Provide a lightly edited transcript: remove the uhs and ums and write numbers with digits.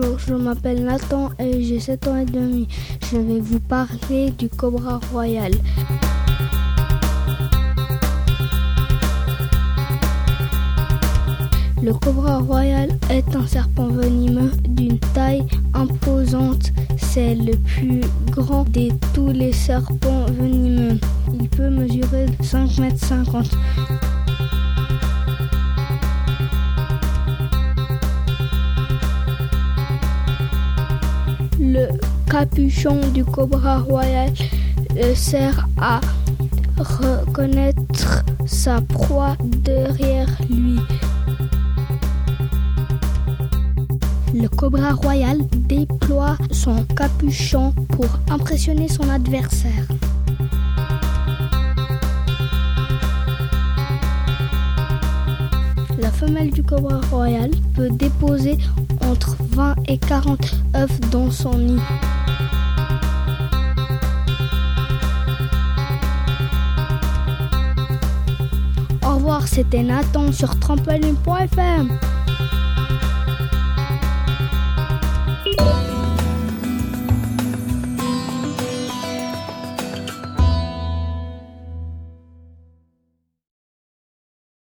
Bonjour, je m'appelle Nathan et j'ai 7 ans et demi. Je vais vous parler du cobra royal. Le cobra royal est un serpent venimeux d'une taille imposante. C'est le plus grand de tous les serpents venimeux. Il peut mesurer 5,50 m. Le capuchon du cobra royal sert à reconnaître sa proie derrière lui. Le cobra royal déploie son capuchon pour impressionner son adversaire. La femelle du cobra royal peut déposer entre 20 et 40 œufs dans son nid. Au revoir, c'était Nathan sur trampoline.fr.